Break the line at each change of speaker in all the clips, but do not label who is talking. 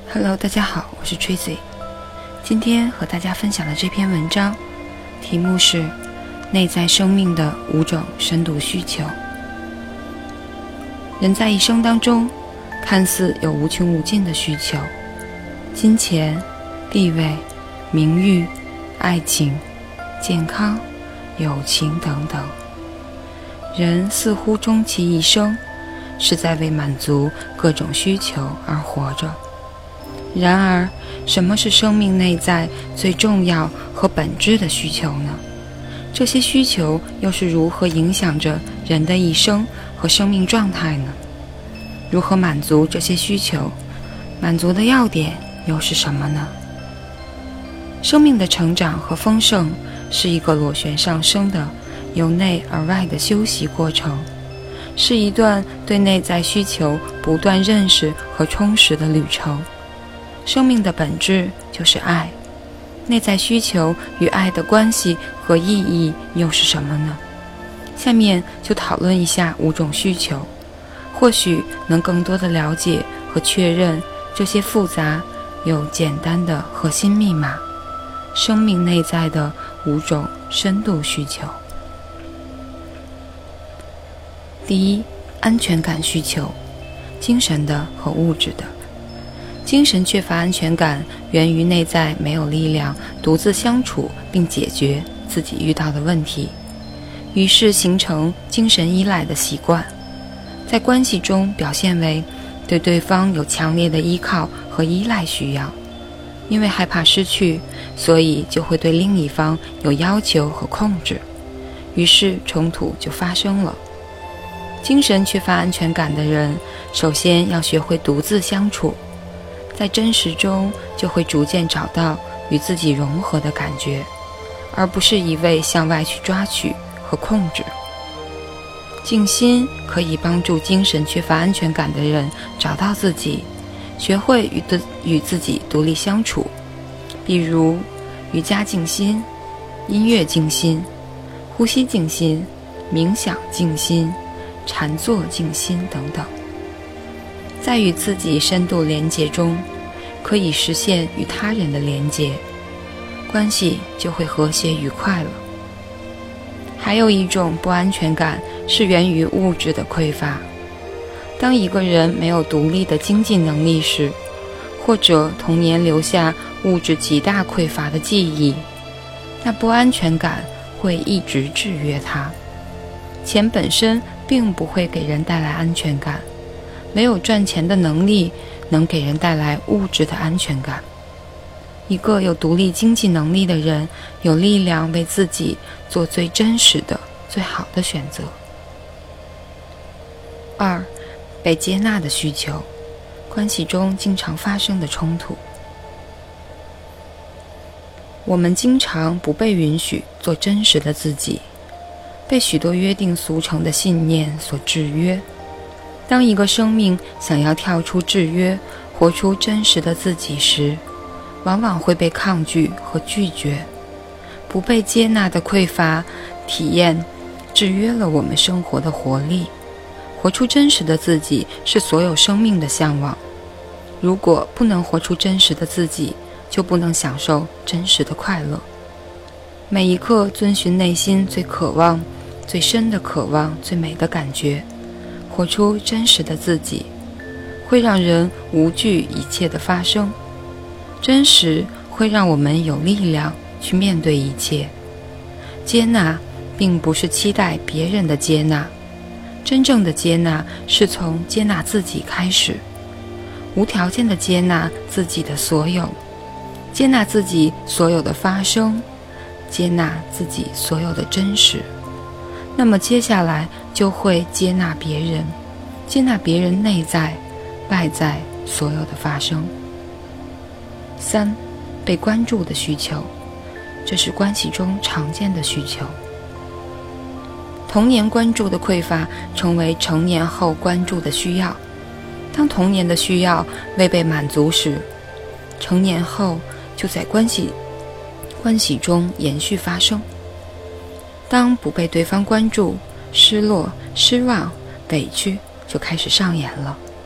Hello， 大家好，我是 Tracy。今天和大家分享的这篇文章，题目是内在生命的5种深度需求。人在一生当中，看似有无穷无尽的需求，金钱、地位、名誉、爱情、健康、友情等等。人似乎终其一生，是在为满足各种需求而活着。然而，什么是生命内在最重要和本质的需求呢？这些需求又是如何影响着人的一生和生命状态呢？如何满足这些需求？满足的要点又是什么呢？生命的成长和丰盛是一个螺旋上升的由内而外的修习过程，是一段对内在需求不断认识和充实的旅程。生命的本质就是爱，内在需求与爱的关系和意义又是什么呢？下面就讨论一下5种需求，或许能更多的了解和确认这些复杂又简单的核心密码，生命内在的5种深度需求。第一，安全感需求，精神的和物质的。精神缺乏安全感，源于内在没有力量独自相处并解决自己遇到的问题，于是形成精神依赖的习惯，在关系中表现为对对方有强烈的依靠和依赖需要。因为害怕失去，所以就会对另一方有要求和控制，于是冲突就发生了。精神缺乏安全感的人，首先要学会独自相处，在真实中就会逐渐找到与自己融合的感觉，而不是一味向外去抓取和控制。静心可以帮助精神缺乏安全感的人找到自己，学会与自己独立相处，比如瑜伽静心、音乐静心、呼吸静心、冥想静心、禅坐静心等等。在与自己深度连结中，可以实现与他人的连结，关系就会和谐愉快了。还有一种不安全感是源于物质的匮乏。当一个人没有独立的经济能力时，或者童年留下物质极大匮乏的记忆，那不安全感会一直制约他。钱本身并不会给人带来安全感，没有赚钱的能力能给人带来物质的安全感。一个有独立经济能力的人，有力量为自己做最真实的、最好的选择。2. 被接纳的需求，关系中经常发生的冲突。我们经常不被允许做真实的自己，被许多约定俗成的信念所制约。当一个生命想要跳出制约，活出真实的自己时，往往会被抗拒和拒绝。不被接纳的匮乏体验制约了我们生活的活力。活出真实的自己是所有生命的向往。如果不能活出真实的自己，就不能享受真实的快乐。每一刻遵循内心最渴望、最深的渴望、最美的感觉，活出真实的自己，会让人无惧一切的发生。真实会让我们有力量去面对一切。接纳并不是期待别人的接纳，真正的接纳是从接纳自己开始，无条件的接纳自己的所有，接纳自己所有的发生，接纳自己所有的真实。那么接下来就会接纳别人，接纳别人内在、外在所有的发生。3. 被关注的需求，这是关系中常见的需求。童年关注的匮乏成为成年后关注的需要。当童年的需要未被满足时，成年后就在关系中延续发生。当不被对方关注，失落、失望、委屈就开始上演了。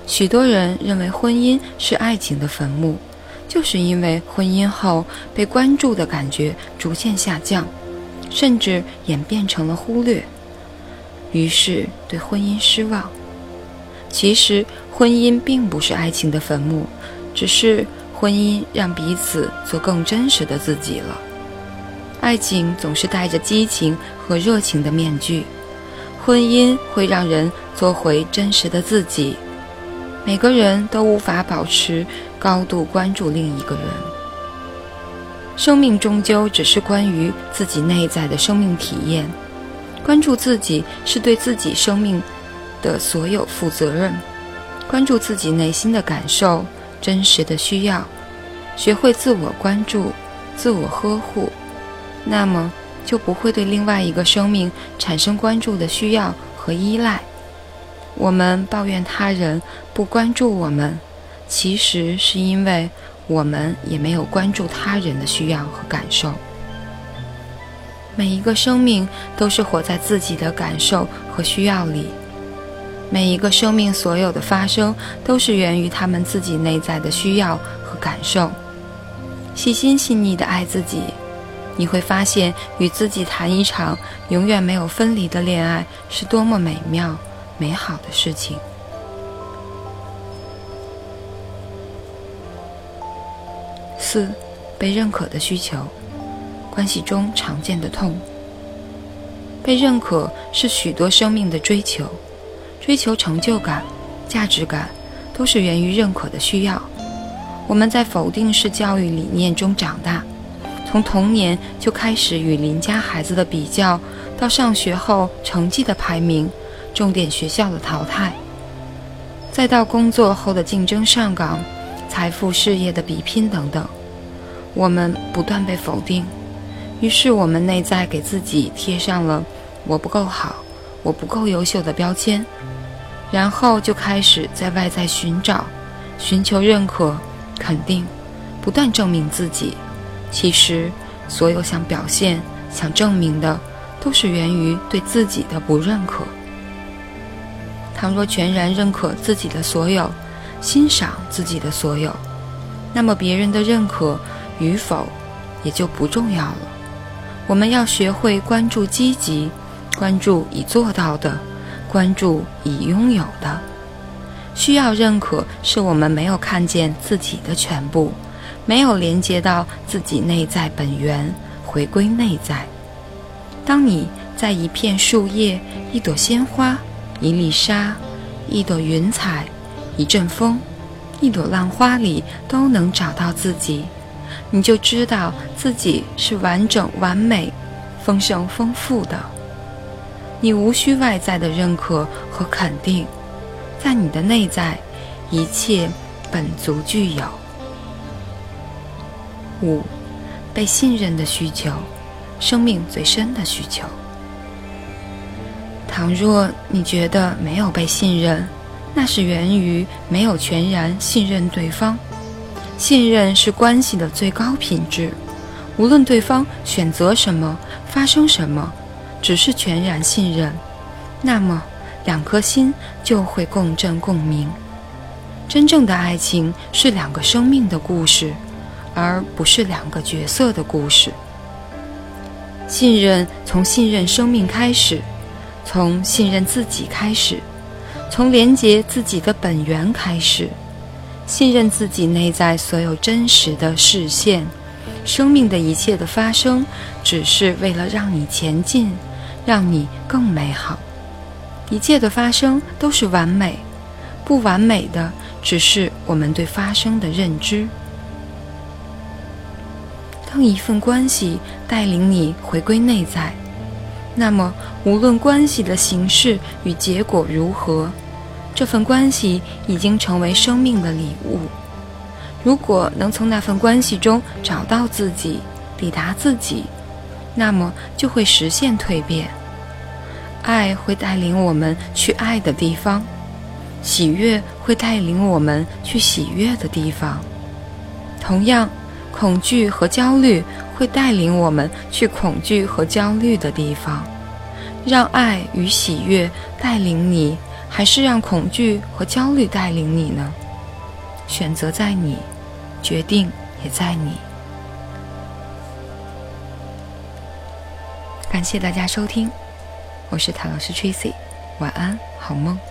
许多人认为婚姻是爱情的坟墓，就是因为婚姻后被关注的感觉逐渐下降，甚至演变成了忽略，于是对婚姻失望。其实婚姻并不是爱情的坟墓，只是婚姻让彼此做更真实的自己了。爱情总是带着激情和热情的面具，婚姻会让人做回真实的自己。每个人都无法保持高度关注另一个人。生命终究只是关于自己内在的生命体验，关注自己是对自己生命的所有负责任，关注自己内心的感受、真实的需要，学会自我关注、自我呵护，那么就不会对另外一个生命产生关注的需要和依赖。我们抱怨他人不关注我们，其实是因为我们也没有关注他人的需要和感受。每一个生命都是活在自己的感受和需要里，每一个生命所有的发生都是源于他们自己内在的需要和感受。细心细腻地爱自己，你会发现与自己谈一场永远没有分离的恋爱是多么美妙美好的事情。4. 被认可的需求，关系中常见的痛。被认可是许多生命的追求，追求成就感、价值感，都是源于认可的需要。我们在否定式教育理念中长大，从童年就开始与邻家孩子的比较，到上学后成绩的排名、重点学校的淘汰，再到工作后的竞争上岗、财富事业的比拼等等，我们不断被否定，于是我们内在给自己贴上了我不够好、我不够优秀的标签，然后就开始在外在寻求认可、肯定，不断证明自己。其实所有想表现、想证明的，都是源于对自己的不认可。倘若全然认可自己的所有，欣赏自己的所有，那么别人的认可与否也就不重要了。我们要学会关注积极，关注已做到的，关注已拥有的。需要认可，是我们没有看见自己的全部，没有连接到自己内在本源，回归内在。当你在一片树叶、一朵鲜花、一粒沙、一朵云彩、一阵风、一朵浪花里都能找到自己，你就知道自己是完整、完美、丰盛、丰富的。你无需外在的认可和肯定，在你的内在，一切本足具有。5. 被信任的需求，生命最深的需求。倘若你觉得没有被信任，那是源于没有全然信任对方。信任是关系的最高品质，无论对方选择什么、发生什么，只是全然信任，那么两颗心就会共振共鸣。真正的爱情是两个生命的故事，而不是两个角色的故事。信任从信任生命开始，从信任自己开始，从连结自己的本源开始。信任自己内在所有真实的视线，生命的一切的发生，只是为了让你前进，让你更美好。一切的发生都是完美，不完美的只是我们对发生的认知。当一份关系带领你回归内在，那么无论关系的形式与结果如何，这份关系已经成为生命的礼物。如果能从那份关系中找到自己，抵达自己，那么就会实现蜕变。爱会带领我们去爱的地方，喜悦会带领我们去喜悦的地方。同样，恐惧和焦虑会带领我们去恐惧和焦虑的地方。让爱与喜悦带领你， 还是让恐惧和焦虑带领你呢？选择在你，决定也在你。感谢大家收听，我是谭老师 Tracy， 晚安，好梦。